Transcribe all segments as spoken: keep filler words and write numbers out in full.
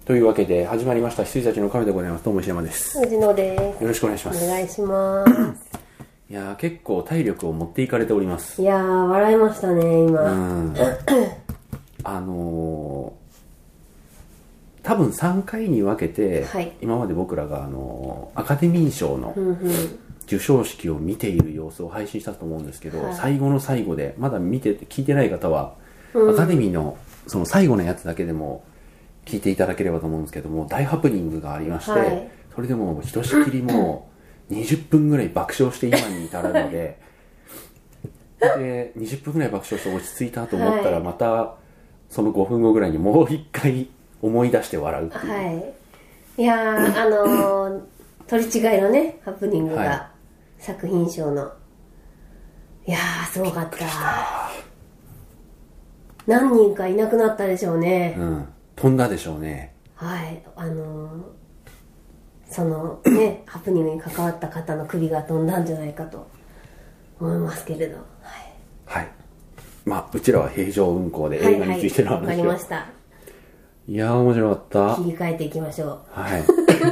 というわけで始まりました羊たちのカフェでございます。どうも石山です。 藤野です。 よろしくお願いします。 お願いします。 いやー結構体力を持っていかれております。 いやー笑いましたね今。 うんあのー、多分さんかいに分けて、はい、今まで僕らが、あのー、アカデミー賞の授賞式を見ている様子を配信したと思うんですけど、はい、最後の最後でまだ見て聞いてない方は、うん、アカデミーのその最後のやつだけでも聞いていただければと思うんですけども、大ハプニングがありまして、はい、それでもひとしきりもうにじゅっぷんぐらい爆笑して今に至るのででにじゅっぷんぐらい爆笑して落ち着いたと思ったら、またそのごふんごぐらいにもう一回思い出して笑うっていう、はい、 いやーあのー、取り違いのねハプニングが、はい、作品賞のいやーすごかった。何人かいなくなったでしょうね。 うん、飛んだでしょうね。 はい、あのー、そのねハプニングに関わった方の首が飛んだんじゃないかと思いますけれど、はい、 はい、まあうちらは平常運行で映画についての話を、はいはい、わかりました。いやー面白かった。 切り替えていきましょう。 はい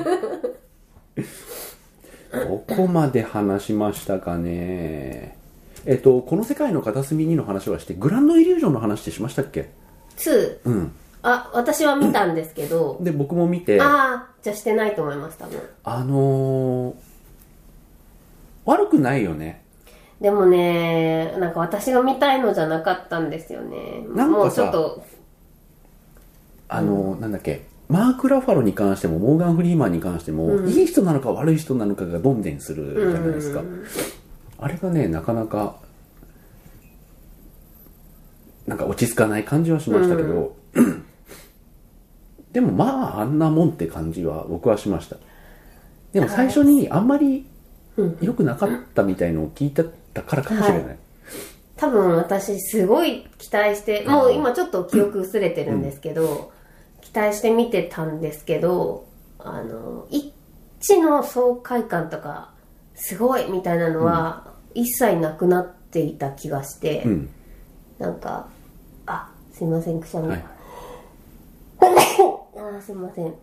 どこまで話しましたかね。えっとこの世界の片隅にの話はして、グランドイリュージョンの話ってしましたっけ？ ツー、うん、あ、私は見たんですけどで僕も見て、 ああじゃあしてないと思います多分。 あのー、悪くないよね。 でもねなんか私が見たいのじゃなかったんですよね。なんかもうちょっとあのーうん、なんだっけマーク・ラファロに関してもモーガン・フリーマンに関しても、うん、いい人なのか悪い人なのかがどんでんするじゃないですか、うん、あれがねなかなかなんか落ち着かない感じはしましたけど、うん、でもまああんなもんって感じは僕はしました。でも最初にあんまり良くなかったみたいのを聞いてたからかもしれない、はい、 多分私すごい期待して、もう今ちょっと記憶薄れてるんですけど、うん、期待して見てたんですけど、あの一致の爽快感とかすごいみたいなのは一切なくなっていた気がして、うん、なんかあすいませんくしゃみ、はい、あすいません。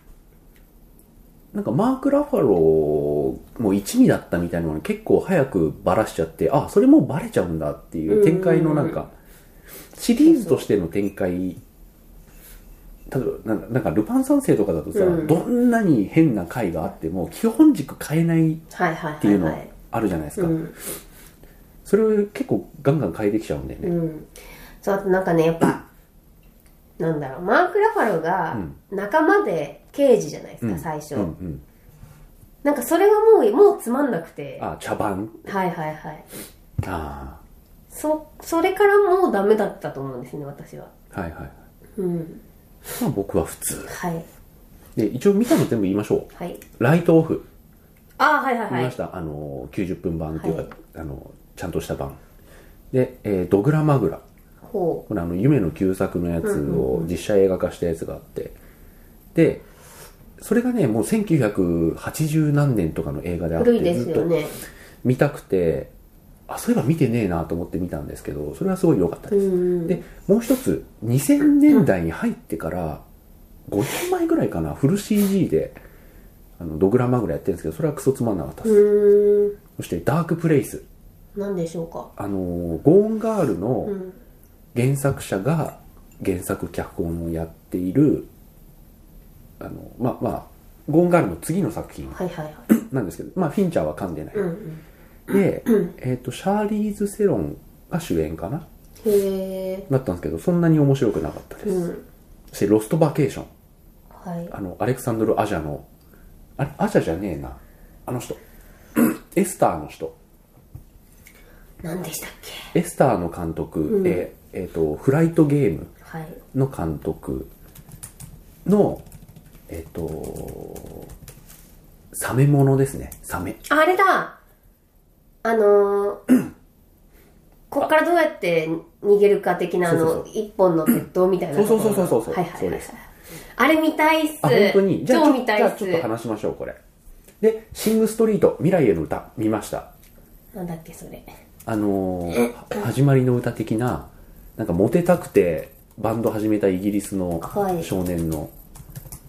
なんかマーク・ラファローも一味だったみたいなのに結構早くバラしちゃって、あそれもうバレちゃうんだっていう展開のなんかシリーズとしての展開、例えばなんかルパン三世とかだとさ、うん、どんなに変な回があっても基本軸変えないっていうのあるじゃないですか。それを結構ガンガン変えてきちゃうんだよね、うん、 そうあとなんかねやっぱなんだろうマーク・ラファローが仲間で刑事じゃないですか、うん、最初、うんうん、なんかそれはもうもうつまんなくて、 あ茶番はいはいはい、 あそそれからもうダメだったと思うんですね私は。 はいはい、 うん、 まあ僕は普通、 はい、 で一応見たの全部言いましょう、 はい、 ライトオフ、 あはいはいはい、 見ました。あのきゅうじゅっぷん版っていうか、はい、あのちゃんとした版で、えー、ドグラマグラ、これあの夢の旧作のやつを実写映画化したやつがあって、うんうんうん、でそれがねもうせんきゅうひゃくはちじゅう何年とかの映画であって、 古いですよね、 ずっと見たくて、あそういえば見てねえなと思って見たんですけど、それはすごい良かったです、うんうん、でもう一つにせんねんだいに入ってからごねんまえぐらいかな、フル シージー であのドグラマグラやってるんですけど、それはクソつまんなかったです。うん、そしてダークプレイス、 何でしょうか。 あのゴーンガールの原作者が原作脚本をやっている、あのまあまあゴーンガールの次の作品なんですけど、まあフィンチャーは噛んでない、うんうん、で、えーと、シャーリーズ・セロンが主演かなへーだったんですけど、そんなに面白くなかったです、うん、そしてロストバケーション、はい、あのアレクサンドル・アジャのあれアジャじゃねえな、あの人エスターの人何でしたっけ、 エスターの監督、うん、えーえーとフライトゲームの監督の、えっとサメものですね、サメ、 あれだ、あのー、こっからどうやって逃げるか的なあの一本の鉄塔みたいなところ、 そうそうそうそうそう、 はいはいはい、あれ見たいっす。 あ本当に、じゃあ超見たいっす。 じゃあちょっと話しましょうこれで。シングストリート未来への歌見ました。 なんだっけそれ、 あのー、始まりの歌的な、なんかモテたくてバンド始めたイギリスの少年の、はい、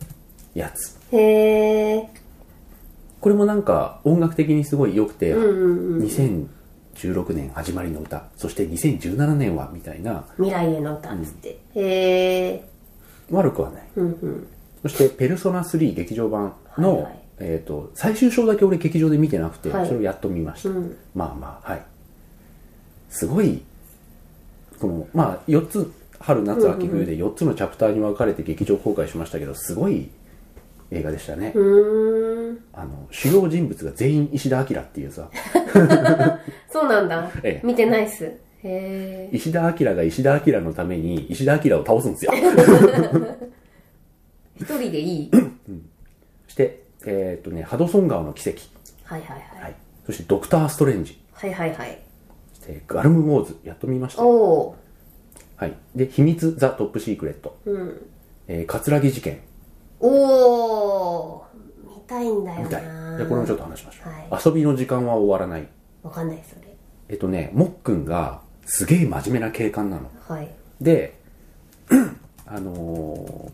やつ。 へえ。 これもなんか音楽的にすごい良くて、 うんうんうん、 にせんじゅうろくねん始まりの歌、そしてにせんじゅうななねんはみたいな、 未来への歌っつって、うん、へえ。 悪くはない、 うんうん、 そしてペルソナスリー劇場版の、はいはい、えーと、最終章だけ俺劇場で見てなくて、はい、それをやっと見ました、うん、まあまあはい、すごいこのまあよっつ春夏秋冬でよっつのチャプターに分かれて劇場公開しましたけど、すごい映画でしたね。 うーん、 あの主要人物が全員石田明っていうさそうなんだ、ええ、見てないっす。へー。 石田明が石田明のために石田明を倒すんですよ一人でいい、 うん、そしてえっ、ー、とねハドソン川の奇跡、 はいはいはい、はい、 そしてドクターストレンジ、 はいはいはい、 そしてガルムウォーズやっと見ました。 おー、 はい、で秘密ザ・トップシークレット、うん、えー、葛城事件、 おー、見たいんだよな。見たい。 でこれもちょっと話しましょう、はい、遊びの時間は終わらない。 わかんないそれ。 えっとねもっくんがすげえ真面目な警官なの、 はい、 であの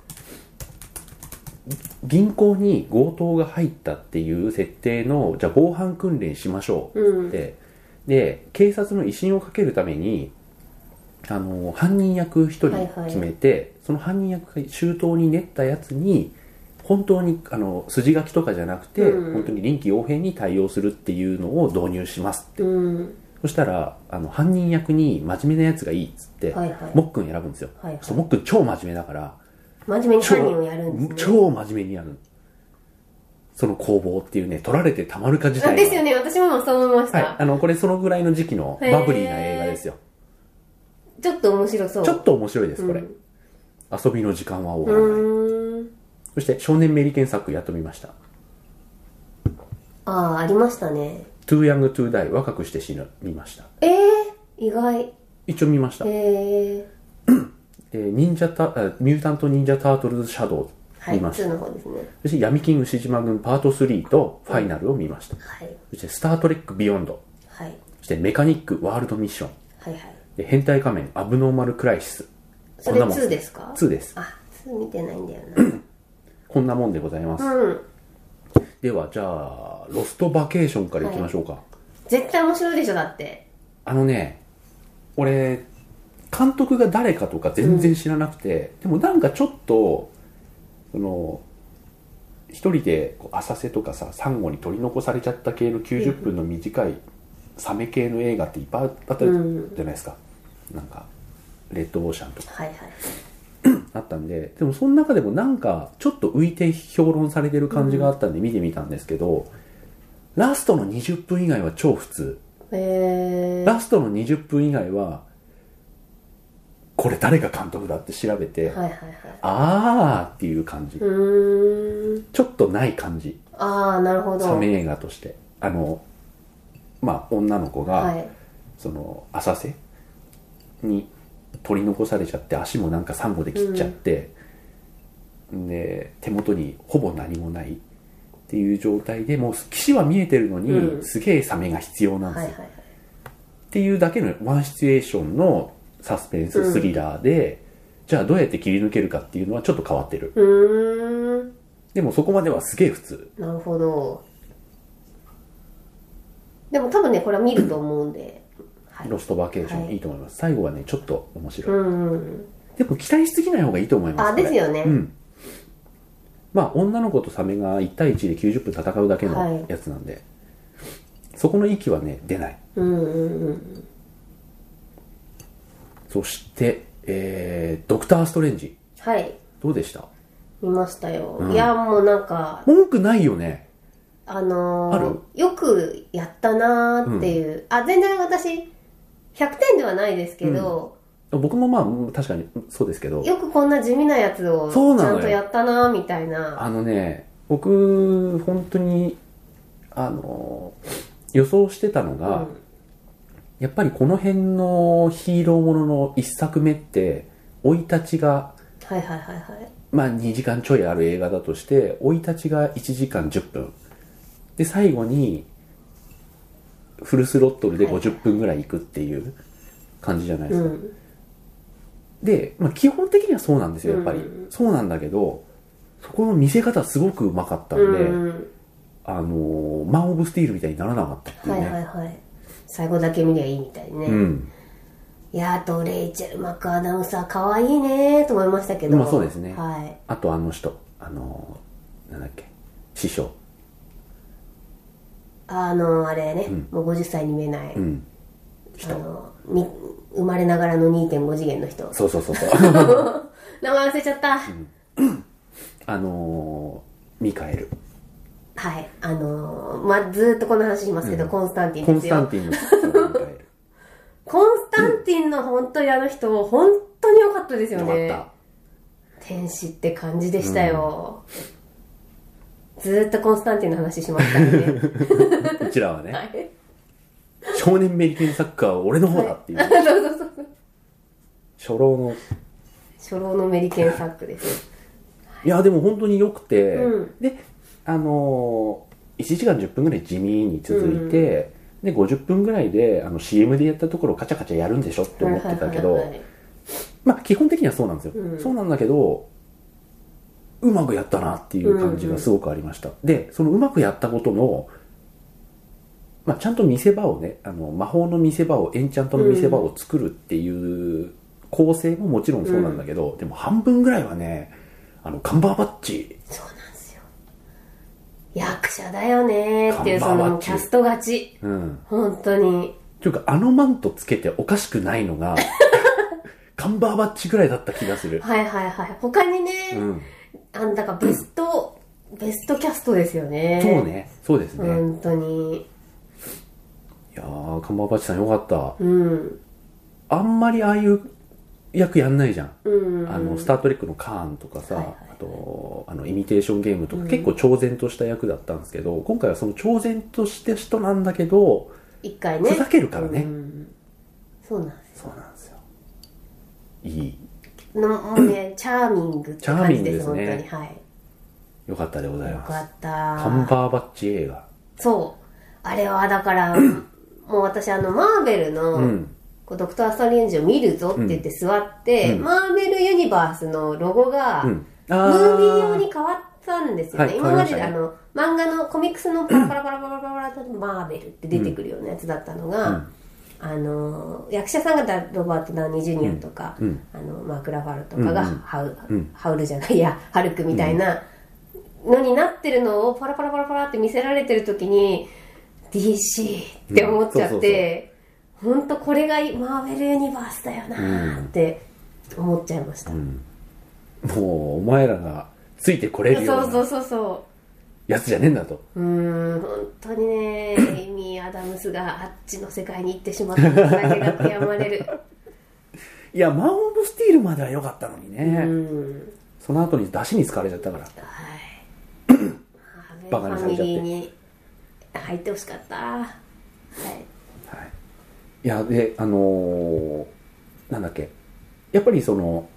ー、銀行に強盗が入ったっていう設定のじゃあ防犯訓練しましょうって、うん、で警察の威信をかけるためにあの犯人役一人決めて、はいはい、その犯人役が周到に練ったやつに本当にあの筋書きとかじゃなくて、うん、本当に臨機応変に対応するっていうのを導入しますって、うん、そしたらあの犯人役に真面目なやつがいいっつって、はいはい、もっくん選ぶんですよ、はいはい、そうもっくん超真面目だから真面目に犯人をやるんですね。 超真面目にやる。その攻防っていうね、取られてたまるか自体はですよね。私もそう思いました、 はい、あのこれそのぐらいの時期のバブリーな映画ですよ。 ちょっと面白そう。 ちょっと面白いですこれ、うん、遊びの時間は終わらない。うーん、そして少年メリケンサックやっと見ました。 ああ、ありましたね。 Too Young to Die 若くして死ぬ見ました。 えー、意外。 一応見ました。 えー、えー、忍者タミュータント忍者タートルズシャドウ見ました、 はい、の方ですね。 そして闇金牛島軍パートスリーとファイナルを見ました、はい、そしてスタートレックビヨンド、はい、そしてメカニックワールドミッション、はいはい、で変態仮面アブノーマルクライシス。 それツーですか？ ツーです。 あ、ツー見てないんだよなこんなもんでございます、うん、ではじゃあロストバケーションからいきましょうか、はい、 絶対面白いでしょ。だってあのね、俺監督が誰かとか全然知らなくて、うん、でもなんかちょっとその一人でこう浅瀬とかさサンゴに取り残されちゃった系のきゅうじゅっぷんの短いサメ系の映画っていっぱいあったじゃないですか、うん、なんかレッドオーシャンとか、はいはい、あったんで、でもその中でもなんかちょっと浮いて評論されてる感じがあったんで見てみたんですけど、うん、ラストのにじゅっぷん以外は超普通。へー。ラストのにじゅっぷん以外はこれ誰が監督だって調べて、はいはいはい、あーっていう感じ。うーん、ちょっとない感じ。 あー、なるほど。 サメ映画としてあのまあ女の子が、はい、その浅瀬に取り残されちゃって足もなんかサンゴで切っちゃって、うん、で手元にほぼ何もないっていう状態でもう岸は見えてるのに、うん、すげえサメが必要なんですよ、はいはいはい、っていうだけのワンシチュエーションのサスペンススリラーで、うん、じゃあどうやって切り抜けるかっていうのはちょっと変わってる。うーん、でもそこまではすげえ普通。 なるほど。でも多分ねこれは見ると思うんで、 はい、ロストバケーション、はい、いいと思います。最後はねちょっと面白い、うんうん、でも期待しすぎない方がいいと思います。 あ、ですよね、うん、 まあ女の子とサメがいち対いちできゅうじゅっぷん戦うだけのやつなんで、はい、そこの息はね出ない、うんうんうん、そして、えー、ドクターストレンジ、はい、どうでした？ 見ましたよ、うん、いやもうなんか文句ないよね。 あのー、ある？よくやったなーっていう、うん、あ全然私ひゃくてんではないですけど、 うん、僕もまあ確かにそうですけど、 よくこんな地味なやつをちゃんとやったなーみたいな。 あのね僕本当にあのー、予想してたのが、うん、やっぱりこの辺のヒーローもののいっさくめって生い立ちがはいはいはいはいまあにじかんちょいある映画だとして生い立ちがいちじかんじゅっぷんで最後にフルスロットルでごじゅっぷんぐらい行くっていう感じじゃないですか、うん、で、まあ、基本的にはそうなんですよやっぱり、うん、そうなんだけどそこの見せ方すごくうまかったんで、うん、あのマン・オブ・スティールみたいにならなかったっていうね。 はいはいはい。最後だけ見りゃいいみたいね。うん、いや、あとレイチェル・マクアナウンサー可愛いねと思いましたけど。 まあそうですね。 はい。 あとあの人、あのなんだっけ、師匠。 あのあれね、うん、もうごじゅっさいに見えない。うん、あのみ生まれながらの にてんご 次元の人。 そうそうそうそう。 名前忘れちゃった。 うん、あのー、ミカエル。 はい、あのー、まあ、ずっとこの話しますけど、うん、コンスタンティンですよ。 コンスタンティンのミカエル。 コンスタンティンの本当にあの人、本当に良かったですよね。 良かった。 天使って感じでしたよ。うん、ずっとコンスタンティンの話しましたね。 うちらはね、はい、少年メリケンサッカーは俺の方だっていう。はい、そうそうそう。初老の。 初老のメリケンサックです。 いやでも本当に良くて、うん、であのー、いちじかんじゅっぷんぐらい地味に続いて、うん、でごじゅっぷんぐらいであの シーエム でやったところをカチャカチャやるんでしょって思ってたけど、まあ基本的にはそうなんですよ、うん、そうなんだけどうまくやったなっていう感じがすごくありました、うんうん、でそのうまくやったことの、まあ、ちゃんと見せ場をね、あの魔法の見せ場をエンチャントの見せ場を作るっていう構成ももちろんそうなんだけど、うん、でも半分ぐらいはね、あのカンバーバッチ。 そうなんですよ。役者だよねっていうそのキャスト勝ち。うん。本当に。 というかあのマントつけておかしくないのがカンバーバッチぐらいだった気がする。 はいはいはい。他にね、うん、あんだかベスト、うん、ベストキャストですよね。 そうね。そうですね。 本当に。いやー、カンバーバッチさんよかった。うん。あんまりああいう役やんないじゃん、うんうん、あのスタートレックのカーンとかさ、はいはいはい、あとあのイミテーションゲームとか、うん、結構超然とした役だったんですけど、今回はその超然とした人なんだけど一回ねふざけるからね、うん、 そうなんですよ。そうなんですよ。いいのもうねチャーミングって感じです。チャーミングですね。本当に、はい、 よかったでございます。 よかった。 カンバーバッチ映画。 そうあれはだからもう私あのマーベルの、うんドクター・ストレンジを見るぞって言って座って、うん、マーベルユニバースのロゴが、うん、ムービー用に変わったんですよね。はい、今まで、ね、あの漫画のコミックスのパラパラパラパラパラパラマーベルって出てくるようなやつだったのが、うん、あの役者さんがロバート・ダウニー・ジュニアとか、うん、あのマーク・ラファルとかがハウ、うん、ハウルじゃないやハルクみたいなのになってるのをパラパラパラパラって見せられてる時に ディーシー って思っちゃって、そうそうそう本当これがマーベルユニバースだよなって思っちゃいました、うん、 もうお前らがついてこれるようなそうそうそうそうやつじゃねえんだと。 うーん本当にねエイミー・アダムスがあっちの世界に行ってしまっただけが悔やまれる。 いやマン・オブ・スティールまでは良かったのにね、うんその後に出汁に使われちゃったから、はいバカにされちゃってファミリーに入ってほしかった。はいはいいやであのー、なんだっけやっぱりその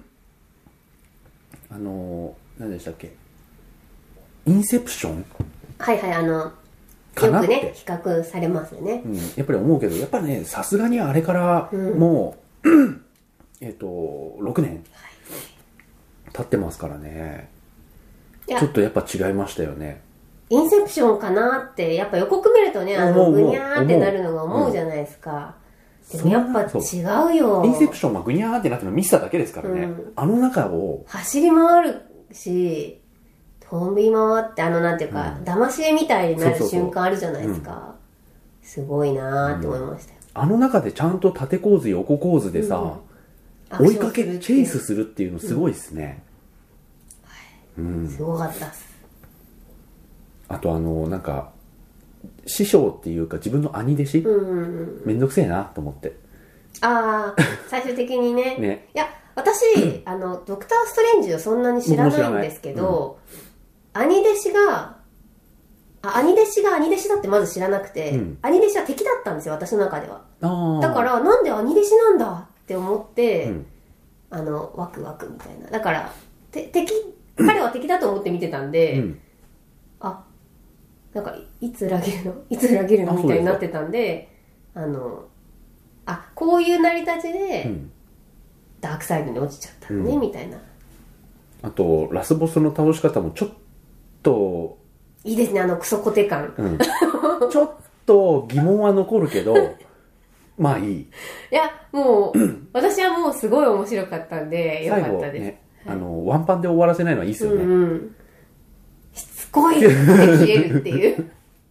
あのー、何でしたっけインセプションはいはいあのよくね比較されますよね、 うん、やっぱり思うけどやっぱりねさすがにあれからもう、うん、えっとろくねん経ってますからね、ちょっとやっぱ違いましたよね。 インセプションかなってやっぱ予告見るとねあのグニャーってなるのが思うじゃないですか、うん、でもやっぱ違うよ。 インセプションはグニャーってなってるの見せただけですからね、うん、あの中を走り回るし飛び回ってあのなんていうか、うん、騙し絵みたいになる瞬間あるじゃないですか。そうそうそう、うん、すごいなーって思いましたよ、 うん、あの中でちゃんと縦構図横構図でさ、うん、追いかけチェイスするっていうのすごいですね、 うんはいうん、すごかったっす。 あとあのなんか師匠っていうか自分の兄弟子、うんうんうん、めんどくせえなと思って。 ああ最終的に ね, ねいや私あのドクターストレンジをそんなに知らないんですけど、うん、兄弟子があ兄弟子が兄弟子だってまず知らなくて、うん、兄弟子は敵だったんですよ私の中では。だからなんで兄弟子なんだって思って、うん、あのワクワクみたいなだからて敵彼は敵だと思って見てたんで、うん、あなんかいつ裏切るのいつ裏切るのみたいになってたんで、あのあこういう成り立ちで、うん、ダークサイドに落ちちゃったのね、うん、みたいな。 あとラスボスの倒し方もちょっといいですね、あのクソコテ感、 うん、ちょっと疑問は残るけどまあいい。いやもう私はもうすごい面白かったんでよかったです、ね、 はい、あのワンパンで終わらせないのはいいですよね、うんうん、 しつこいって消えるっていう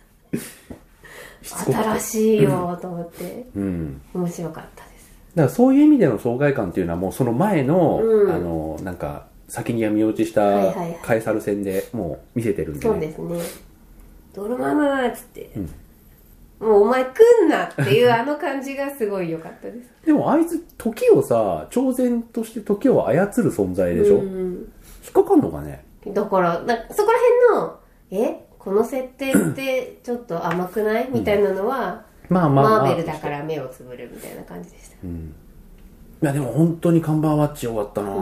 新しいよと思って、うん、面白かったです。 だからそういう意味での爽快感っていうのはもうその前の、うん、あのなんか先に闇落ちしたカエサル戦でもう見せてるんで、ね、 そうですね。ドルママーっつって、うん、もうお前来んなっていうあの感じがすごい良かったですでもあいつ時をさ超然として時を操る存在でしょ、うん、引っかかんのかね。 だからなそこら辺のえこの設定ってちょっと甘くない、うん、みたいなのは、まあまあ、まあ、マーベルだから目をつぶるみたいな感じでした、うん、 いやでも本当にカンバーバッチ良かったな、うん、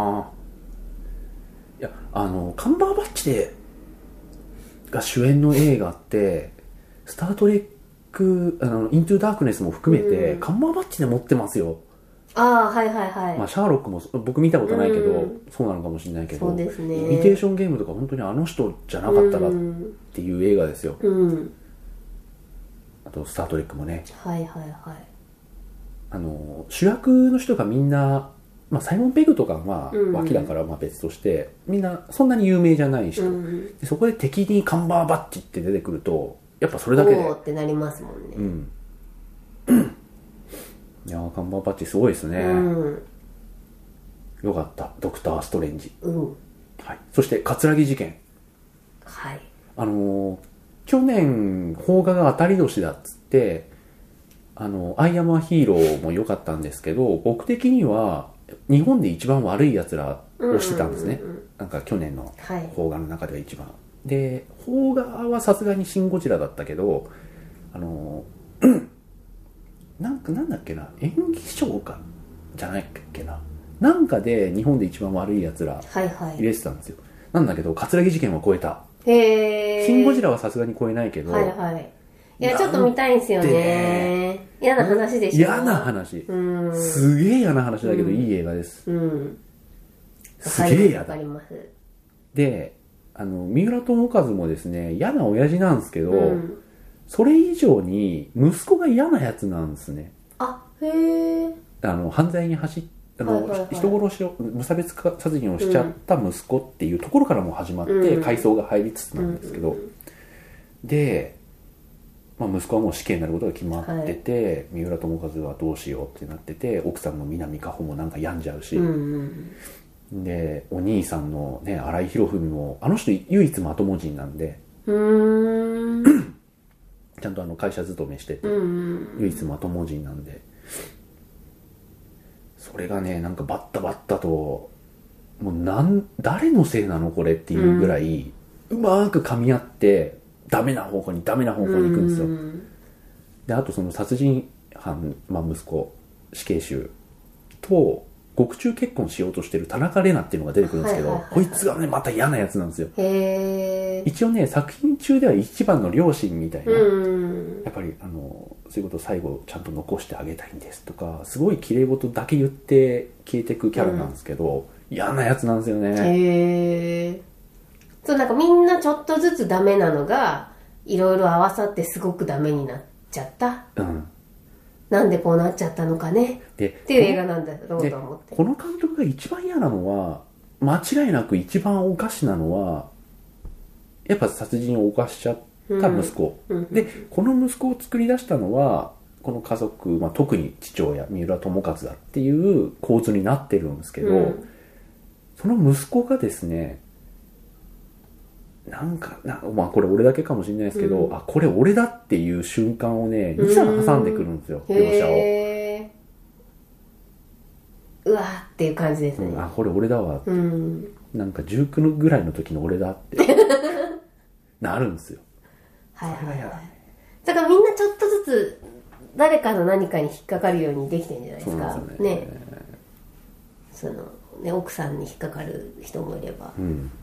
いやあのカンバーバッチでが主演の映画ってスタートレックあのイントゥダークネスも含めて、うん、カンバーバッチで持ってますよ。 ああはいはいはい、 まあ、シャーロックも僕見たことないけど、うん、そうなのかもしれないけど、 そうですね、 イミテーションゲームとか本当にあの人じゃなかったらっていう映画ですよ、うん、あとスタートレックもね、 はいはいはい、 あの主役の人がみんな、まあ、サイモン・ペグとかはまあ脇だからまあ別として、みんなそんなに有名じゃない人、うん、でそこで敵にカンバーバッチって出てくるとやっぱそれだけでおーってなりますもんね、 うんいやーカンバーバッチすごいですね、うん、よかったドクターストレンジ、うんはい、そして葛城事件、 はい、 あのー、去年邦画が当たり年だっつってあのアイアムアヒーローも良かったんですけど僕的には日本で一番悪いやつらをしてたんですね、うんうんうん、なんか去年の邦画の中では一番、はい、で邦画はさすがにシン・ゴジラだったけどあのーなんかなんだっけな演技賞かじゃないっけななんかで日本で一番悪いやつら入れてたんですよ、はいはい、なんだけど葛城事件は超えた。 へーシン・ゴジラはさすがに超えないけど、 はいはい、いやちょっと見たいんですよね。嫌な話でしょ。 嫌な話、うん、すげえ嫌な話だけど、うん、いい映画です、うん、すげえ嫌だ。であの三浦友和もですね嫌な親父なんですけど、うんそれ以上に息子が嫌なやつなんですね。 あ、へえ。 あの犯罪に走っあの、はいはいはい、人殺しを無差別殺人をしちゃった息子っていうところからも始まって、うん、回想が入りつつなんですけど、うん、で、まあ、息子はもう死刑になることが決まってて、はい、三浦友和はどうしようってなってて奥さんの南果歩もなんか病んじゃうし、うんうん、でお兄さんのね荒井博文もあの人唯一まとも人なんでうーんちゃんとあの会社勤めしてて、うんうん、唯一まとも人なんでそれがねなんかバッタバッタともうなん誰のせいなのこれっていうぐらい、うん、うまく噛み合ってダメな方向にダメな方向に行くんですよ、うん、であとその殺人犯、まあ、息子死刑囚と獄中結婚しようとしてる田中玲奈っていうのが出てくるんですけど、はいはいはいはい、こいつがねまた嫌なやつなんですよ。へ一応ね作品中では一番の両親みたいな、うんやっぱりあのそういうことを最後ちゃんと残してあげたいんですとかすごい綺麗事だけ言って消えていくキャラなんですけど、うん、嫌なやつなんですよね。 へえそうなんかみんなちょっとずつダメなのがいろいろ合わさってすごくダメになっちゃった、うんなんでこうなっちゃったのかねでっていう映画なんだろうと思ってこの監督が一番嫌なのは間違いなく一番おかしなのはやっぱ殺人を犯しちゃった息子、うん、でこの息子を作り出したのはこの家族、まあ、特に父親三浦友和だっていう構図になってるんですけど、うん、その息子がですねなんかなまあこれ俺だけかもしれないですけど、うん、あこれ俺だっていう瞬間をねにさん挟んでくるんですよ描写を。へうわーっていう感じですね、 うん、あこれ俺だわって、うん、なんかじゅうきゅうぐらいの時の俺だってなるんですよ。 はいはいはい。だからみんなちょっとずつ誰かの何かに引っかかるようにできてるんじゃないですか。そうですよね。ねそのね奥さんに引っかかる人もいれば。うん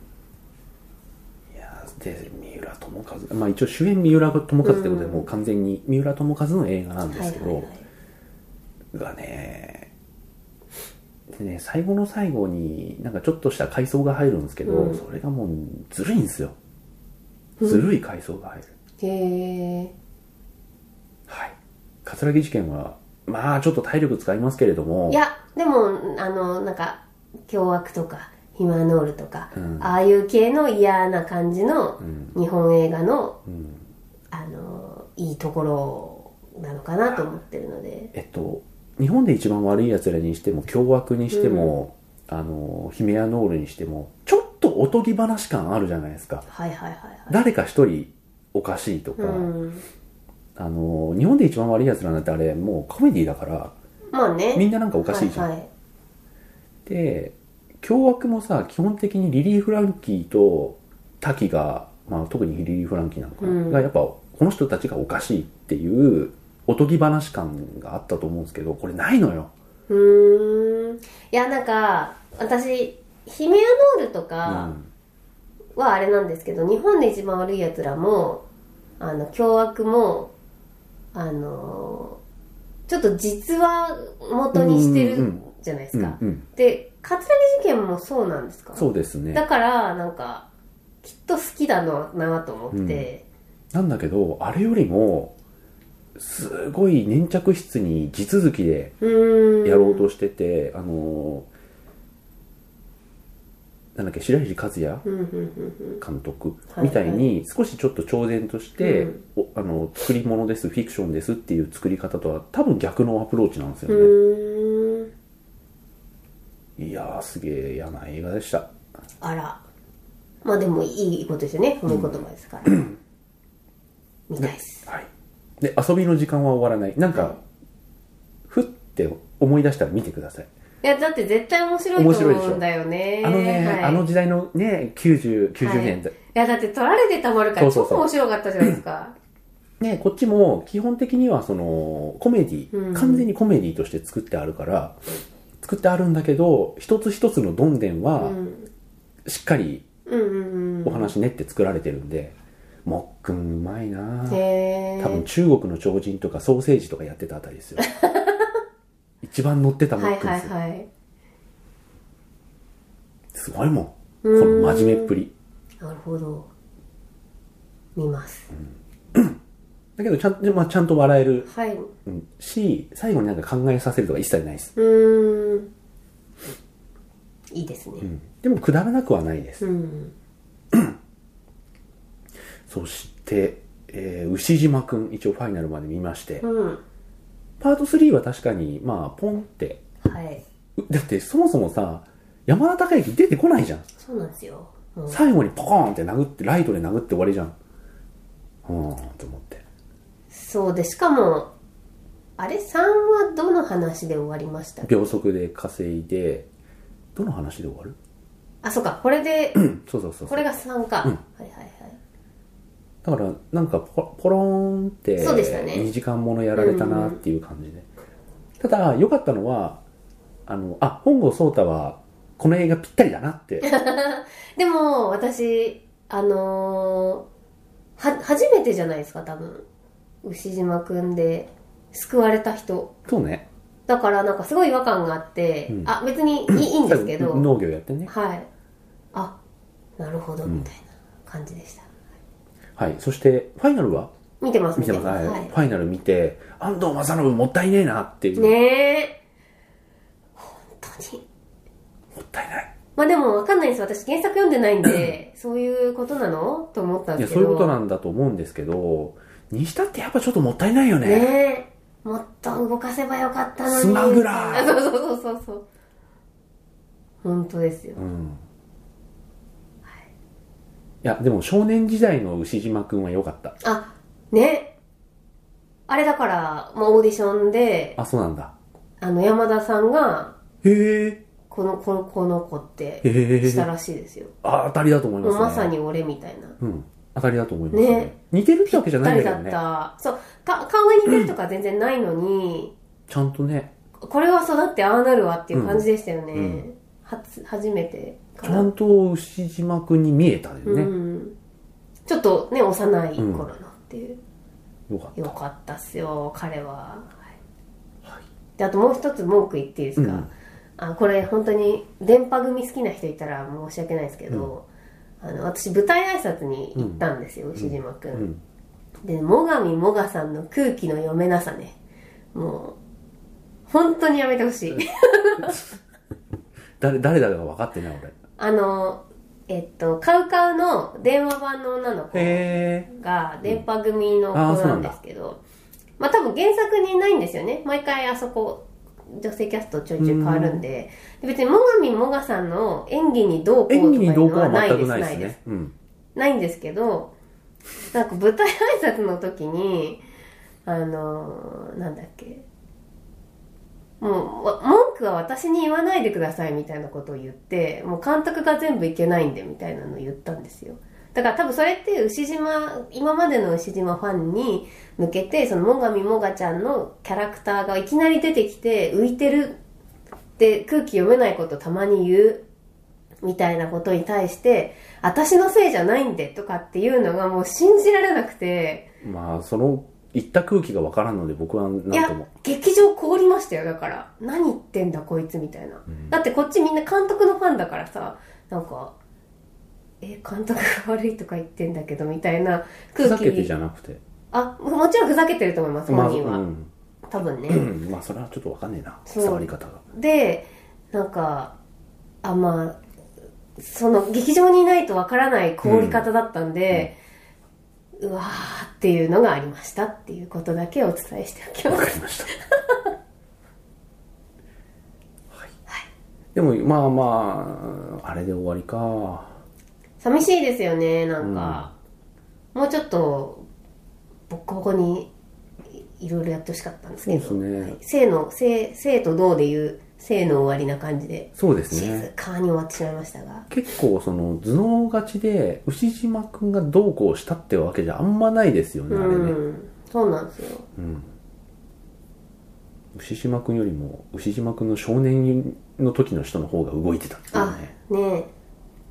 で三浦友和、まあ、一応主演三浦友和ってことでもう完全に三浦友和の映画なんですけど、うんはいはいはい、がねでね、最後の最後になんかちょっとした回想が入るんですけど、うん、それがもうずるいんですよ。ずるい回想が入る。 うん、へえ。 はい。葛城事件はまあちょっと体力使いますけれども、 いやでもあのなんか凶悪とかヒマノールとか、うん、ああいう系の嫌な感じの日本映画の、うん、あのいいところなのかなと思ってるので、 えっと日本で一番悪いやつらにしても凶悪にしても、うん、あのヒメアノールにしてもちょっとおとぎ話感あるじゃないですか。 はいはいはい、はい、 誰か一人おかしいとか、うん、あの日本で一番悪いやつらなんてあれもうコメディだから、 まあね、 みんななんかおかしいじゃん、はいはい、で凶悪もさ基本的にリリー・フランキーと滝が、まあ、特にリリー・フランキーなのかな、うん、がやっぱこの人たちがおかしいっていうおとぎ話感があったと思うんですけど、これないのよ。 うーん、いやなんか私ヒメアノールとかはあれなんですけど、うん、日本で一番悪いやつらもあの凶悪もあのちょっと実話元にしてるじゃないですか、うんうん、で葛城事件もそうなんですか？ そうですね。 だからなんかきっと好きだなと思って、 うん、なんだけどあれよりもすごい粘着質に地続きでやろうとしてて、あのなんだっけ白石和也監督みたいに少しちょっと超然として、うん、あの作り物ですフィクションですっていう作り方とは多分逆のアプローチなんですよね。いやーすげえ嫌な映画でした。 あら、まあでもいいことですよね、褒め言葉ですから、うん、見たいです、 はい、で遊びの時間は終わらない。なんか、はい、ふって思い出したら見てください。 いやだって絶対面白いと思うんだよね。 あのね、はい、あの時代のねきゅうじゅう、きゅうじゅうねんだい、 はい、いやだって取られてたまるから超面白かったじゃないですか。 ね、こっちも基本的にはそのコメディ、うん、完全にコメディとして作ってあるから作ってあるんだけど、一つ一つのどんでんはしっかりお話練って作られてるんで、もっくんうまいな。へー、多分中国の超人とかソーセージとかやってたあたりですよ。一番乗ってたもっくんですよ、はいはいはい、すごいもん、この真面目っぷり。 なるほど、見ます、 うん、だけどちゃん、まあ、ちゃんと笑える、 はい、 うん、し最後になんか考えさせるとか一切ないです。 うーん、いいですね、うん、 でもくだらなくはないです、うん、そして、えー、牛島くん一応ファイナルまで見まして、うん、パートスリーは確かにまあポンって、はい、だってそもそもさ山田孝之出てこないじゃん。 そうなんですよ、 うん、最後にポコーンって殴ってライトで殴って終わりじゃん、うんと思って。 そうで、しかもあれさんはどの話で終わりましたっけ？ 秒速で稼いでどの話で終わる？ あ、そうか、これでそうそうそう、 これがさんか、うん、はいはいはい。 だからなんかポポローンってにじかんものやられたなっていう感じで、ね、うん、ただ良かったのはあのあ本郷奏太はこの映画ぴったりだなってでも私あのー、は初めてじゃないですか多分牛島くんで救われた人。 そうね。 だからなんかすごい違和感があって、うん、あ別にいい、いいんですけど農業やってね、 はい、あなるほどみたいな感じでした、 うん、はい。そしてファイナルは見てます、 見てます、はいはい、ファイナル見て安藤正信もったいねえなっていう。 ねえ本当にもったいない。 まあでも分かんないです、私原作読んでないんでそういうことなのと思ったんですけど。 いやそういうことなんだと思うんですけど、にしたってやっぱちょっともったいないよね。 ねえもっと動かせばよかったのに。 スマグラー。 そうそうそうそうそう。本当ですよ。うん。 はい。いやでも少年時代の牛島くんは良かった。 あ、ね。あれだからもうオーディションで。 あ、そうなんだ。 あの山田さんが。 へえ。 このこのこの子ってしたらしいですよ。 あ、当たりだと思いますね。 もうまさに俺みたいな。 うん。当たりだと思いますね。ね、似てるってわけじゃないんだけどね。ぴったりだった。そうか、顔が似てるとか全然ないのに、 ちゃんとね。 これは育ってああなるわっていう感じでしたよね。うんうん、初初めてかな。ちゃんと牛島くんに見えたよね。うん、 ちょっとね幼い頃のっていう。 うん、よかった。 よかったっすよ彼は。はい。はい、であともう一つ文句言っていいですか。うん、 あこれ本当に電波組好きな人いたら申し訳ないですけど、うん、あの私舞台挨拶に行ったんですよ、うん、牛島くん、うん、で最上もがさんの空気の読めなさね、もう本当にやめてほしい誰誰だか分かってない俺。 あのえっとカウカウの電話版の女の子が電波組の子なんですけど、まあ多分原作にないんですよね。毎回あそこ女性キャストちょいちょい変わるんで、で別に最上もがさんの演技にどうこうとかいうのはないです、ないです、うん、ないんですけど、なんか舞台挨拶の時にあのなんだっけ、もう文句は私に言わないでくださいみたいなことを言って、もう監督が全部いけないんでみたいなのを言ったんですよ。だから多分それって牛島、今までの牛島ファンに向けて、その最上もがちゃんのキャラクターがいきなり出てきて浮いてるって空気読めないことたまに言うみたいなことに対して、私のせいじゃないんでとかっていうのがもう信じられなくて、 まあその言った空気がわからんので僕は何とも。いや劇場凍りましたよ。だから何言ってんだこいつみたいな、うん、だってこっちみんな監督のファンだからさ、なんかえ監督が悪いとか言ってんだけどみたいな空気。 ふざけてじゃなくて、 あもちろんふざけてると思います本人は、まあうん、多分ね、 うん、まあそれはちょっとわかんねえな伝わり方が。でなんかあまあその劇場にいないとわからない凍り方だったんで、うんうん、うわーっていうのがありましたっていうことだけお伝えしておきます。 わかりましたはい、はい、でもまあまああれで終わりか。 寂しいですよね。なんか、うん、もうちょっとボッコボコにいろいろやってほしかったんですけど、 そうですね、はい、 生の生生と同でいう生の終わりな感じで、 そうですね、 静かに終わってしまいましたが、 結構その頭脳勝ちで牛島くんがどうこうしたってわけじゃあんまないですよね、うん、あれね。 そうなんですよ、 うん、牛島くんよりも牛島くんの少年の時の人の方が動いてたっていうね。 あねえ、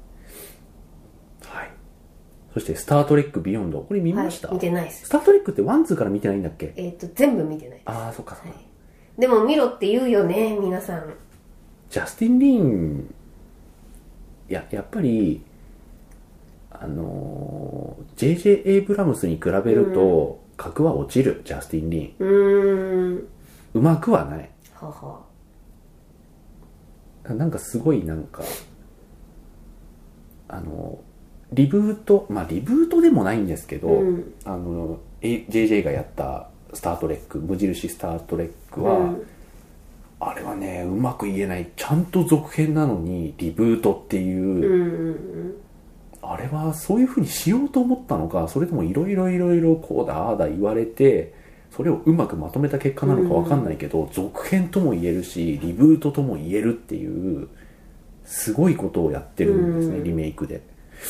そしてスタートレックビヨンド、これ見ました？ はい、見てないです。 スタートレックってワンツーから見てないんだっけ？ えっと全部見てないです。 ああそっかそっか、はい、 でも見ろって言うよね皆さん。 ジャスティン・リーン、いややっぱりあのー、ジェイジェイ エイブラムスに比べると格は落ちる。ジャスティン・リーン、うーん、うまくはない。はは、なんかすごいなんかあのリブート、まあリブートでもないんですけど、うん、あの ジェイジェイ がやったスタートレック、無印スタートレックは、うん、あれはねうまく言えない、ちゃんと続編なのにリブートっていう、うんうんうん、あれはそういう風にしようと思ったのか、それともいろいろいろいろこうだああだ言われてそれをうまくまとめた結果なのかわかんないけど、うん、続編とも言えるしリブートとも言えるっていうすごいことをやってるんですね、うん、リメイクで。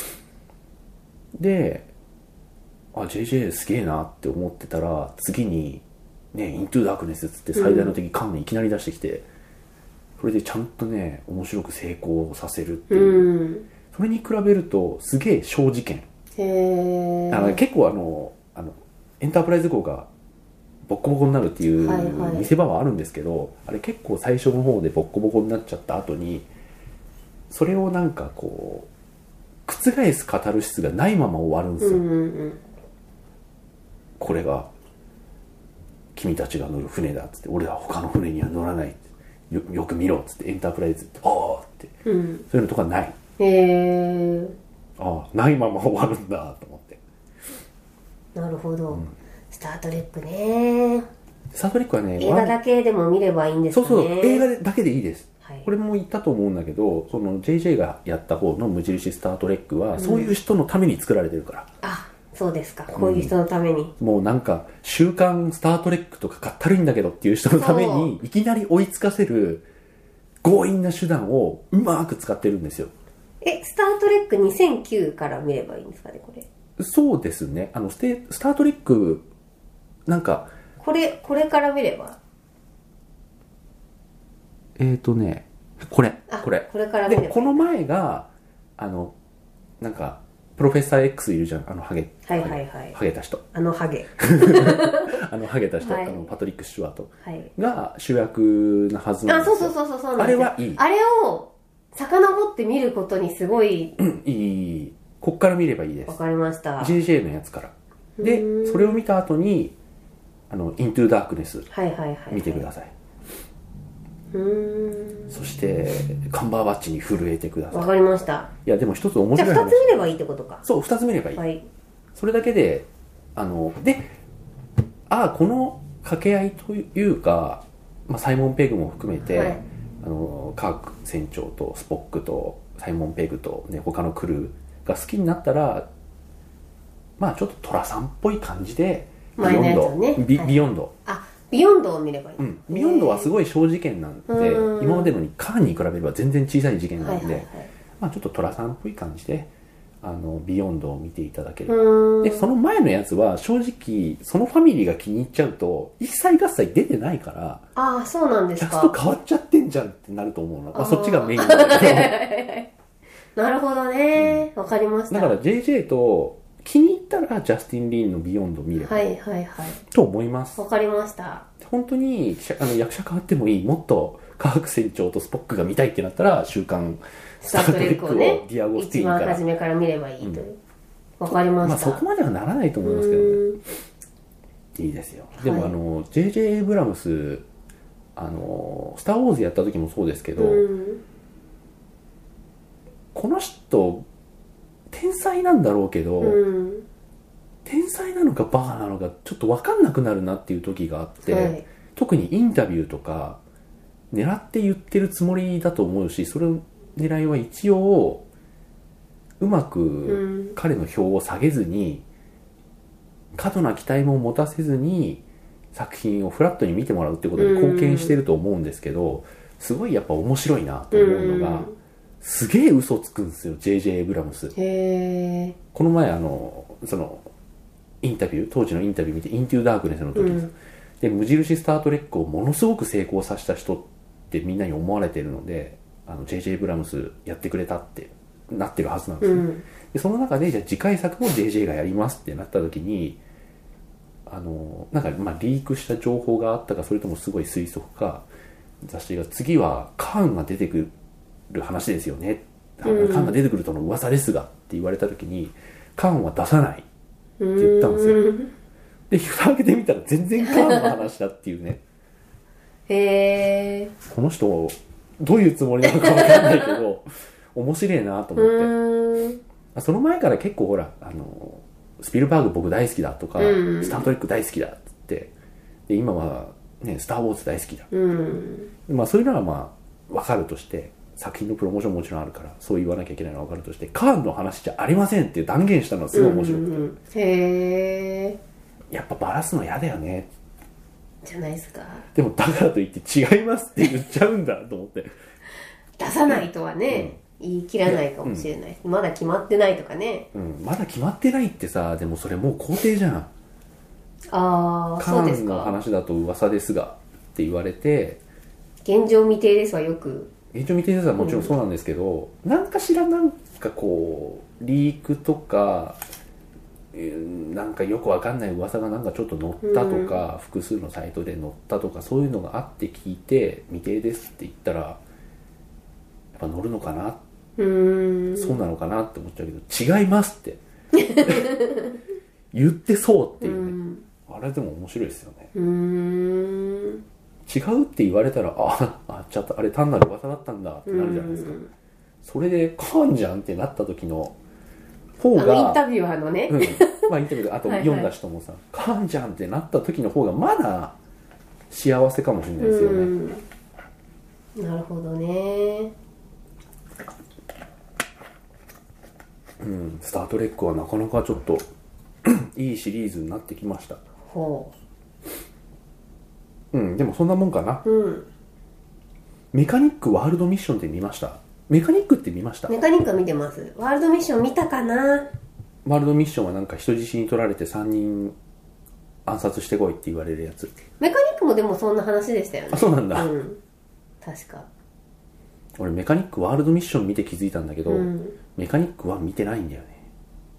で、あ、ジェイジェイ すげえなって思ってたら、次に、ね、イントゥダークネスっつって最大の敵カンにいきなり出してきて、それでちゃんとね、面白く成功させるっていう。うん、それに比べると、すげえ小事件。へー。あの結構あの、あの、エンタープライズ号がボッコボコになるっていう見せ場はあるんですけど、はいはい、あれ結構最初の方でボッコボコになっちゃった後に、それをなんかこう、覆すカタルシスがないまま終わるんですよ、うんうんうん、これが君たちが乗る船だっつって、俺は他の船には乗らない、 よ, よく見ろっつってエンタープライズっておーって、うん、そういうのとかない。へー、ああないまま終わるんだと思って。 なるほど、うん、スタートレックね。 スタートレックはね映画だけでも見ればいいんですかね。 そうそう、映画だけでいいです。これも言ったと思うんだけど、その ジェイジェイ がやった方の無印スタートレックは、うん、そういう人のために作られてるから。 あ、そうですか、こういう人のために、 うん、もうなんか週刊スタートレックとかかったるいんだけどっていう人のためにいきなり追いつかせる強引な手段をうまく使ってるんですよ。 え、スタートレックにせんきゅうから見ればいいんですかね、これ。 そうですね、あのステスタートレックなんかこれこれから見れば、 えーとねこれこれこれから見ればいい。 でこの前があのなんかプロフェッサー X いるじゃん、あのハゲ、 はいはいはい、 ハゲた人、 あのハゲあのハゲた人、はい、あのパトリック・スチュワートが主役なはずなんですよ。あ、そうそうそうそう、 あれはいい。 あれを遡って見ることにすごい、 うん、いいいい、こっから見ればいいです。 わかりました。 ジェイジェイ のやつからで、それを見た後にあのイントゥダークネス見てください。うーん、そしてカンバーバッチに震えてください。 わかりました。 いやでも一つ面白い話。 じゃあふたつ見ればいいってことか。 そう、ふたつ見ればいい、はい、それだけで、あので、ああ、この掛け合いというか、まあ、サイモン・ペグも含めて、はい、あのカーク船長とスポックとサイモン・ペグと、ね、他のクルーが好きになったら、まあちょっとトラさんっぽい感じでビヨンド、ね、ビ, ビヨンド、はい、 あ、ビヨンドを見ればいい、 うん、ビヨンドはすごい小事件なんで、今までのにカーンに比べれば全然小さい事件なんで、はいはいはい、まあ、ちょっとトラさんっぽい感じであのビヨンドを見ていただければ。でその前のやつは正直そのファミリーが気に入っちゃうと一切合切出てないから、 ああ、そうなんですか、 キャスト変わっちゃってんじゃんってなると思うの。まあ、そっちがメインなんだけどなるほどね、わ、うん、かりました。 だから ジェイジェイ と気に入ったらジャスティン・リーンのビヨンド見れば、 はいはいはい、 と思います。 わかりました。 本当にあの役者変わってもいい、もっとカーク船長とスポックが見たいってなったら週刊スタートレックをね、ディアゴスティーンから一番初めから見ればいいという、わ、うん、かりました。 まあ、そこまではならないと思いますけどね。いいですよ。でも、はい、あの ジェイジェイ エイブラムス、あのスター・ウォーズやった時もそうですけど、この人天才なんだろうけど、うん、天才なのかバカなのかちょっと分かんなくなるなっていう時があって、はい、特にインタビューとか狙って言ってるつもりだと思うし、それの狙いは一応うまく彼の票を下げずに、過度な期待も持たせずに作品をフラットに見てもらうってことに貢献してると思うんですけど、すごいやっぱ面白いなと思うのが、すげえ嘘つくんですよ ジェイジェイ エイブラムス。へー。この前あのそのインタビュー、当時のインタビュー見て、イントゥダークネスの時です、うん、で無印スタートレックをものすごく成功させた人ってみんなに思われてるので、あの ジェイジェイ エイブラムスやってくれたってなってるはずなんですね、うん、でその中でじゃあ次回作も ジェイジェイ がやりますってなった時に、あのなんかまあリークした情報があったか、それともすごい推測か、雑誌が次はカーンが出てくる話ですよね、うん、カーンが出てくるとの噂ですがって言われた時に、カーンは出さないって言ったんですよ。で蓋開けてみたら全然カーンの話だっていうね。へー。この人どういうつもりなのか分かんないけど面白いなと思って。その前から結構ほら、あのスピルバーグ僕大好きだとか、うん、スタートレック大好きだって言って、で今はねスターウォーズ大好きだ、うん、まあそういうのはまあ分かるとして、作品のプロモーションもちろんあるからそう言わなきゃいけないのは分かるとして、カーンの話じゃありませんって断言したのはすごい面白くて、うんうん、へー。やっぱバラすの嫌だよねじゃないですか。 でもだからといって違いますって言っちゃうんだと思って出さないとはね、うん、言い切らないかもしれない、うん、まだ決まってないとかね、 うん、まだ決まってないってさ、でもそれもう肯定じゃん。ああ、そうですか。カーンの話だと噂ですがって言われて、 現状未定ですはよく、 現状未定ですはもちろんそうなんですけど、うん、何かしらなんかこうリークとかなんかよくわかんない噂がなんかちょっと載ったとか、うん、複数のサイトで載ったとか、そういうのがあって聞いて未定ですって言ったらやっぱ載るのかな、うーん、そうなのかなって思っちゃうけど、違いますって言ってそうっていうね、うん、あれでも面白いですよね。うーん、違うって言われたら、ああ、ちょっとあれ単なる噂だったんだってなるじゃないですか。それでカーンじゃんってなった時の方が、 インタビュアーのね、 うん、まあインタビューであと読んだ人もさ、はいはい、カーンじゃんってなった時の方がまだ幸せかもしれないですよね。 うん、なるほどね。 うん、スタートレックはなかなかちょっといいシリーズになってきました。ほう。うん、でもそんなもんかな。うん。メカニックワールドミッションって見ました？メカニックって見ました？ メカニックは見てます。ワールドミッション見たかな？ ワールドミッションはなんか人質に取られてさんにん暗殺してこいって言われるやつ。 メカニックもでもそんな話でしたよね。 あ、そうなんだ。 うん。確か。 俺メカニックワールドミッション見て気づいたんだけど、うん、メカニックは見てないんだよね。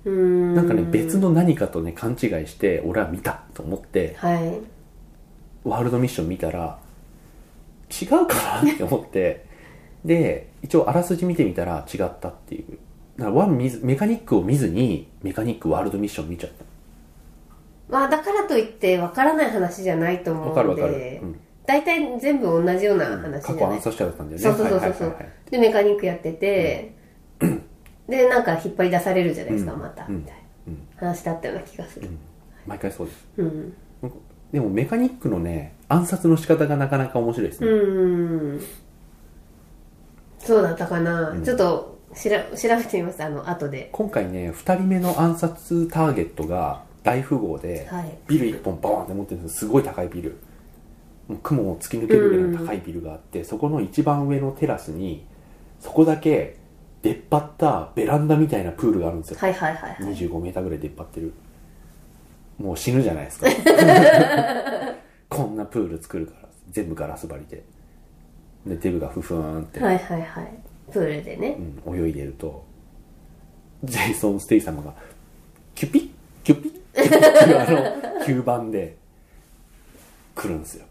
うーんなんかね別の何かとね勘違いして俺は見たと思って、 はい、 ワールドミッション見たら違うかなって思ってで一応あらすじ見てみたら違ったっていう。だからワン見ずメカニックを見ずにメカニックワールドミッション見ちゃった。 まあだからといって分からない話じゃないと思うので、 分かる分かる、うん、 大体全部同じような話じゃない、うん、 過去暗殺者だったんだよね。 そうそうそうそう、はいはいはいはい、でメカニックやってて、うん、でなんか引っ張り出されるじゃないですか、うん、また、うん、みたいな話だったような気がする、うん、 毎回そうです、 うん、 でもメカニックのね暗殺の仕方がなかなか面白いですね。 うんそうだったかな、うん、ちょっとしら調べてみます。あの後で今回ねふたりめの暗殺ターゲットが大富豪で、はい、ビルいっぽんボーンって持ってるんです。すごい高いビル、もう雲を突き抜けるぐらいの高いビルがあって、うん、そこの一番上のテラスにそこだけ出っ張ったベランダみたいなプールがあるんですよ。 はいはいはい、はい、 にじゅうごメーターぐらい出っ張ってる。もう死ぬじゃないですかこんなプール作るから全部ガラス張りででデブがフフーンってはいはいはいプールでね、 うん、泳いでるとジェイソン・ステイサムがキュピッキュピッキュピッっていうあの吸盤で来るんですよ。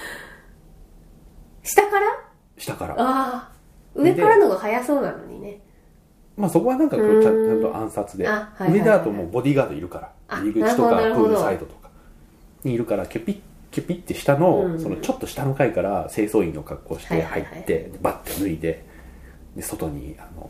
下から下からああ上からのが早そうなのにね。 まあそこはなんかこうちゃんと暗殺で、はいはいはい、上だともうボディーガードいるから入り口とかプールサイドとかにいるからキュピッキュピッて下の、うん、そのちょっと下の階から清掃員の格好して入って、はいはいはい、バッて脱いで、で外にあの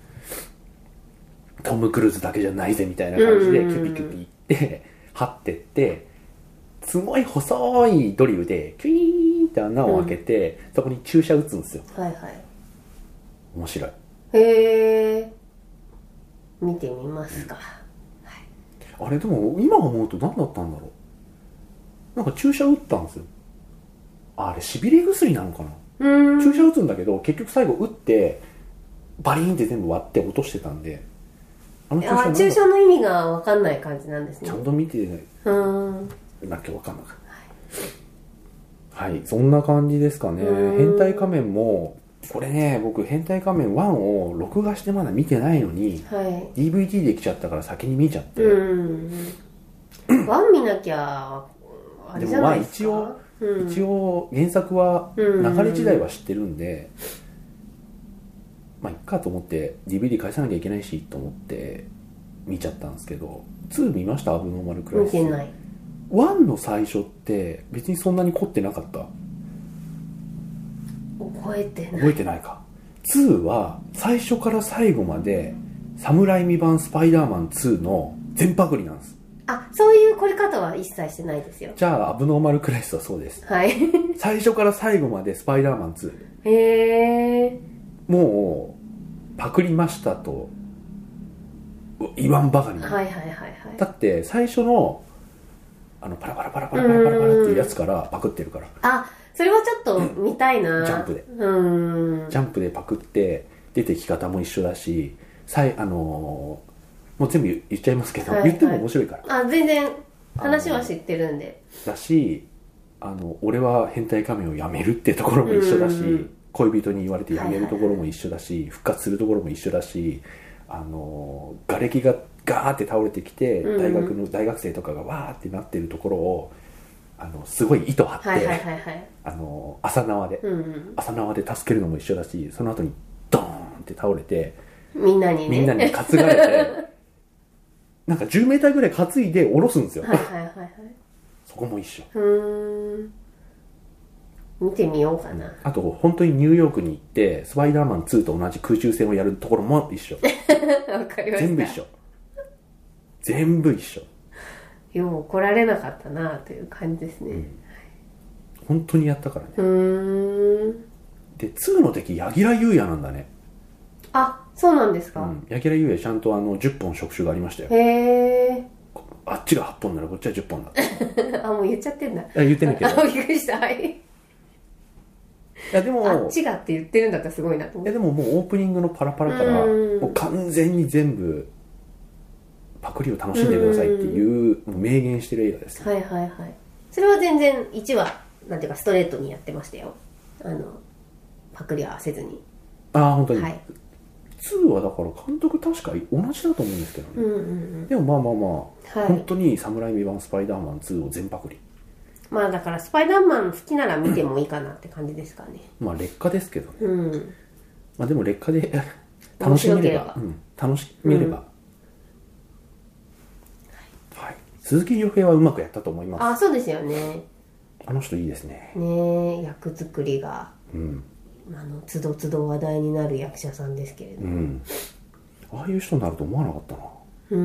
トム・クルーズだけじゃないぜみたいな感じでキュピキュピって張ってってすごい細いドリルでキュイーンって穴を開けて、うん、そこに注射打つんですよ。 はいはい。 面白い。 へえ。見てみますか、 うんはい、あれでも今思うと何だったんだろう。なんか注射打ったんですよ。あれしびれ薬なのかな。うん注射打つんだけど結局最後打ってバリーンって全部割って落としてたんで、 あの注射あ注射の意味が分かんない感じなんですね。 ちゃんと見てないうんなきゃ分かんなかった、はい、はい、そんな感じですかね。変態仮面もこれね僕変態仮面ワンを録画してまだ見てないのに、はい、ディーブイディー で来ちゃったから先に見ちゃってうんワン見なきゃあれじゃないですか。 でもまあ一応うん、一応原作は流れ時代は知ってるんで、うん、まあいっかと思って ディーブイディー 返さなきゃいけないしと思って見ちゃったんですけど、ツー見ました？アブノーマルクライス。 見てない。 ワンの最初って別にそんなに凝ってなかった？ 覚えてない。 覚えてないか。ツーは最初から最後までサムライミ版スパイダーマンツーの全パクリなんです。 あ、そういう凝り方は一切してないですよ。 じゃあアブノーマルクライスはそうです。 はい最初から最後までスパイダーマンツーへえもうパクりましたと言わんばかりに、 はいはいはいはい、 だって最初のあのパラパラパラパラパラパラパラっていうやつからパクってるから。 あ、それはちょっと見たいな、うん、 ジャンプでうんジャンプでパクって出てき方も一緒だし、さいあのーもう全部言っちゃいますけど、はいはい、言っても面白いから。 あ、全然話は知ってるんで。 だし、あの俺は変態仮面をやめるってところも一緒だし、恋人に言われてやめるところも一緒だし、はいはい、復活するところも一緒だし、あの瓦礫がガーって倒れてきて、大学の大学生とかがわーってなってるところをあのすごい糸張って、はいはいはいはい、あの朝縄で、うんうん、朝縄で助けるのも一緒だし、その後にドーンって倒れてみんなにねみんなに担がれてなんかじゅうメーターぐらい担いで下ろすんですよ。 はいはいはいはい。 そこも一緒。 うーん。見てみようかな。 あと本当にニューヨークに行ってスパイダーマンツーと同じ空中戦をやるところも一緒。 わかりました。 全部一緒。全部一緒。 よう怒られなかったなという感じですね。うん、 本当にやったからね。 うーん。 でツーの敵柳楽優弥なんだね。 あ、そうなんですか。うん、 柳楽優弥ちゃんとあのじゅっぽん触手がありましたよ。 へー。 あっちがはっぽんならこっちはじゅっぽんだあ、もう言っちゃってんだ。あ、 言ってないけど。 びっくりした。はい。いやでもあっちがって言ってるんだったらすごいなと思って。 いやでももうオープニングのパラパラからもう完全に全部パクリを楽しんでくださいっていうもう明言してる映画です、 ね、はいはいはい。それは全然いちわなんていうかストレートにやってましたよ。あのパクリはせずに。 ああ本当に。 はい。 ツーはだから監督確か同じだと思うんですけどね、うんうんうん、でもまあまあまあ、はい、本当に侍未版スパイダーマンツーを全パクリ。 まあだからスパイダーマン好きなら見てもいいかなって感じですかね。 まあ劣化ですけどね、 うん、 まあでも劣化で楽しめれば、うん、楽しめれば、うん、はい、鈴木亮平はうまくやったと思います。 あ、そうですよね。 あの人いいですね。 ねえ、役作りが、 うん、 あのつどつど話題になる役者さんですけれども、うん、 ああいう人になると思わなかったな。 うん、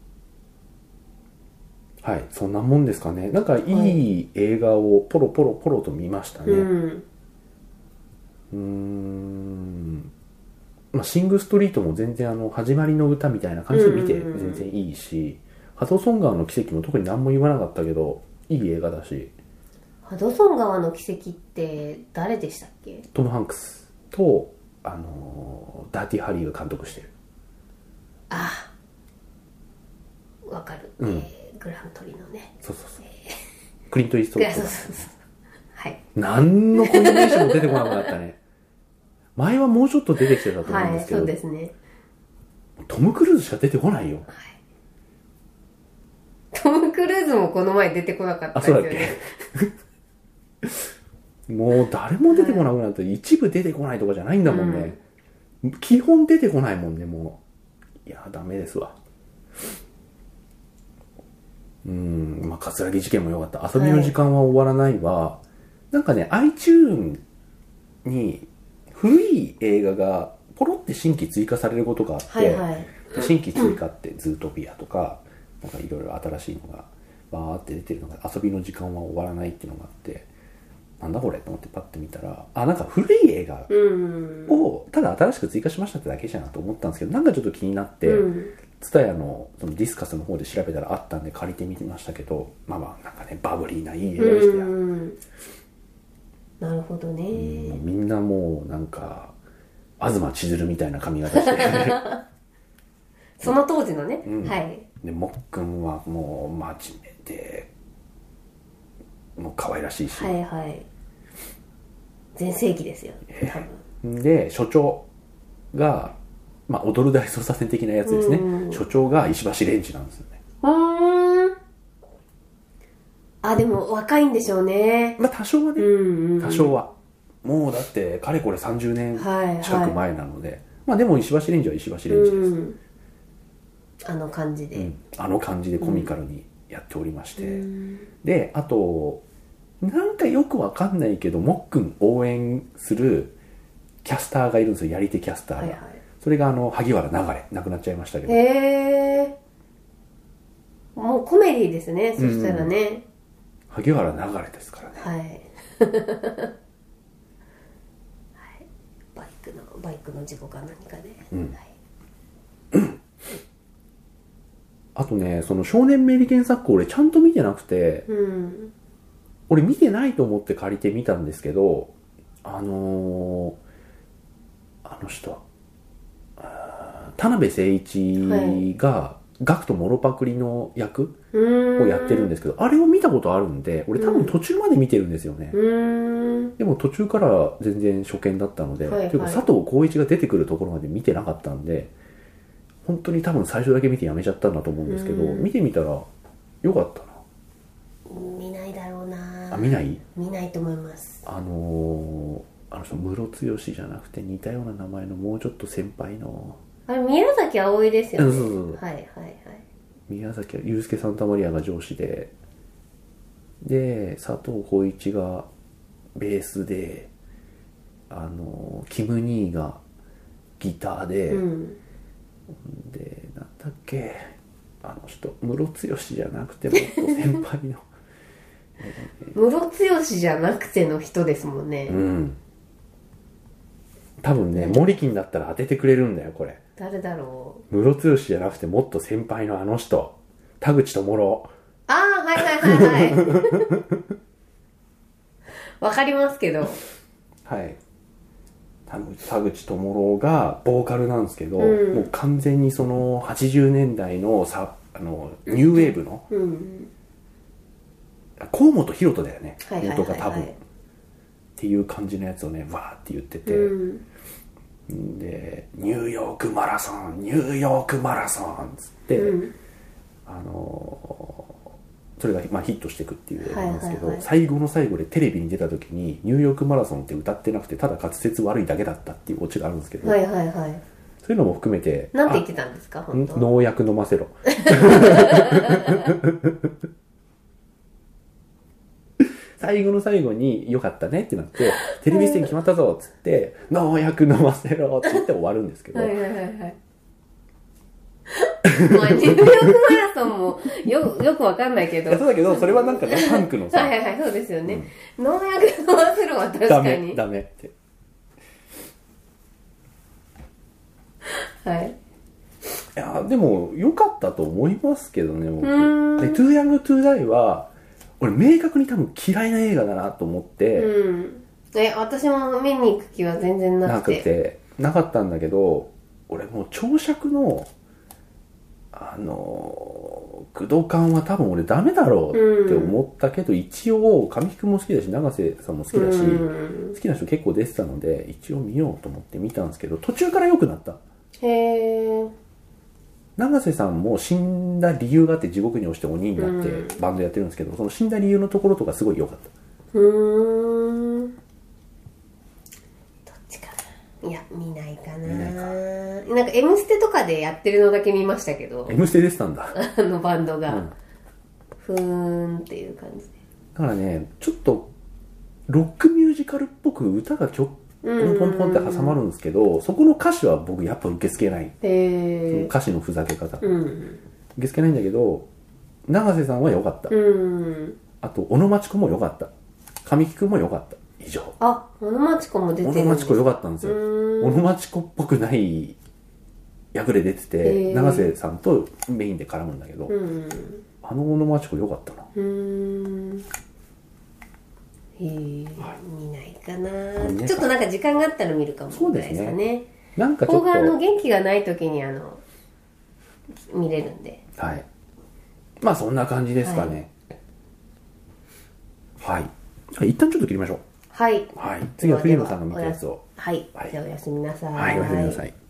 はい、そんなもんですかね。なんかいい映画をポロポロポロと見ましたね。うん、うーん、まあ、シングストリートも全然あの始まりの歌みたいな感じで見て全然いいし、ハドソン川の奇跡も特に何も言わなかったけどいい映画だし。 ハドソン川の奇跡って誰でしたっけ？ トム・ハンクスと、あのー、ダーティー・ハリーが監督してる。 ああ、わかる、うん、えー、グラントリのね。 そうそうそう、えー、クリント・イーストウッド。 そうそうそう、はい、 何のコンビネーションも出てこなくなったね。前はもうちょっと出てきてたと思うんですけど、 はい、そうですね、 トム・クルーズしか出てこないよ、はい、 トム・クルーズもこの前出てこなかったですよね。あ、そうだっけ。 もう誰も出てこなくなって、はい、一部出てこないとかじゃないんだもんね、うん、基本出てこないもんね。もういやダメですわ。うーん、まあ葛城事件も良かった。遊びの時間は終わらないは、はい、なんかね iTunes に古い映画がポロって新規追加されることがあって、はいはい、新規追加ってズートピアとかなんかいろいろ新しいのがバーって出てるのが、遊びの時間は終わらないっていうのがあって、なんだこれと思ってパッて見たら、あ、なんか古い映画をただ新しく追加しましたってだけじゃなと思ったんですけど、なんかちょっと気になって、ツタヤのそのディスカスの方で調べたらあったんで借りてみましたけど、まあまあなんかねバブリーないい映画でしたよ。 なるほどね。 みんなもうなんか東千鶴みたいな髪型してその当時のね、うん、はい。 でもっくんはもう真面目でもう可愛らしいし、 はいはい、全盛期ですよ、 えー、多分で所長が、まあ、踊る大捜査線的なやつですね。所長が石橋蓮司なんですよね。 うん、あ、でも若いんでしょうね。 まあ多少はね、うんうん、多少はもうだってかれこれさんじゅうねん近く前なので、はいはい、まあでも石橋蓮司は石橋蓮司です、うん、 あの感じで、うん、 あの感じでコミカルにやっておりまして、うん、であとなんかよくわかんないけどもっくん応援するキャスターがいるんですよ、やり手キャスターが、はいはい、それがあの萩原流れ亡くなっちゃいましたけど、 へー、もうコメディですね、そしたらね、うん、 萩原流れですからね、 はい、はい、バイクのバイクの事故か何かで、うんはい、 あとね、その少年メリケンサック俺ちゃんと見てなくて、うん、俺見てないと思って借りてみたんですけど、あのー、あの人田辺誠一がガクとモロパクリの役をやってるんですけど、あれを見たことあるんで俺多分途中まで見てるんですよね、うん、でも途中から全然初見だったので、はいはい、というか佐藤浩市が出てくるところまで見てなかったんで本当に多分最初だけ見てやめちゃったんだと思うんですけど、見てみたらよかったな。 見ないだろうな。 あ、見ない？見ないと思います。 あのー、あの人ムロツヨシじゃなくて似たような名前のもうちょっと先輩のあれ宮崎あおいですよね。 そうそうそう、 はいはいはい。 宮崎ユースケ・サンタマリアが上司で、で佐藤浩市がベースで、あのキム・ニーがギターで、うん、でなんだっけあの人ムロツヨシじゃなくてもっと先輩のムロツヨシじゃなくての人ですもんね。うん。 多分ね、モリキンだったら当ててくれるんだよこれ。 誰だろう。ムロツヨシじゃなくてもっと先輩のあの人、田口智朗。 ああ、はいはいはいはいわかりますけど、 はい、田口、田口智朗がボーカルなんですけど、うん、もう完全にそのはちじゅうねんだいのさあのニューウェーブの、うん、河本大翔だよね、元が多分っていう感じのやつをねわーって言ってて、うん、 でニューヨークマラソンニューヨークマラソンっつって、うん、あのー、それが、まあ、ヒットしていくっていう映画なんですけど、はいはいはい、最後の最後でテレビに出た時にニューヨークマラソンって歌ってなくてただ滑舌悪いだけだったっていうオチがあるんですけど、 はいはいはい、 そういうのも含めてなんて言ってたんですか本当農薬飲ませろ最後の最後に良かったねってなってテレビ出演決まったぞっつって農薬飲ませろって言って終わるんですけどはいはいはいはいまあニューヨークマラソンも よ, よくわかんないけどそうだけどそれはなんかねパンクのさはいはいはいそうですよね、うん、農薬飲ませろは確かにダメダメってはいいやでも良かったと思いますけどね僕で Too Young to Die は俺明確に多分嫌いな映画だなと思って、 うん、え私も見に行く気は全然なくてなくてなかったんだけど俺もう長尺のあの駆動感は多分俺ダメだろうって思ったけど、うん、一応神木君も好きだし永瀬さんも好きだし、うん、好きな人結構出てたので一応見ようと思って見たんですけど途中から良くなった。 へー永瀬さんも死んだ理由があって地獄に落ちて鬼になってバンドやってるんですけど、うん、その死んだ理由のところとかすごい良かった。 うーんどっちかないや見ないかな見ないかなんか M ステとかでやってるのだけ見ましたけど M ステでしたんだあのバンドが、うん、ふーんっていう感じでだからねちょっとロックミュージカルっぽく歌がちょっとポンポンポンって挟まるんですけどそこの歌詞は僕やっぱ受け付けない、 えー、 歌詞のふざけ方、 うん、 受け付けないんだけど永瀬さんは良かった、 うん、 あと小野真知子も良かった神木君も良かった以上あ小野真知子も出てるんです小野真知子良かったんですよ小野真知子っぽくない役で出てて、えー、永瀬さんとメインで絡むんだけど、うん、あの小野真知子良かったなうーんへー、はい、見ないかなちょっとなんか時間があったら見るかもしれないですかねなんかちょっと邦画の元気がない時にあの見れるんではいまあそんな感じですかねはい、はい、一旦ちょっと切りましょうはい、 はい、次はフィルムさんが見たやつをはい、はい、じゃあおやすみなさいはいおやすみなさい。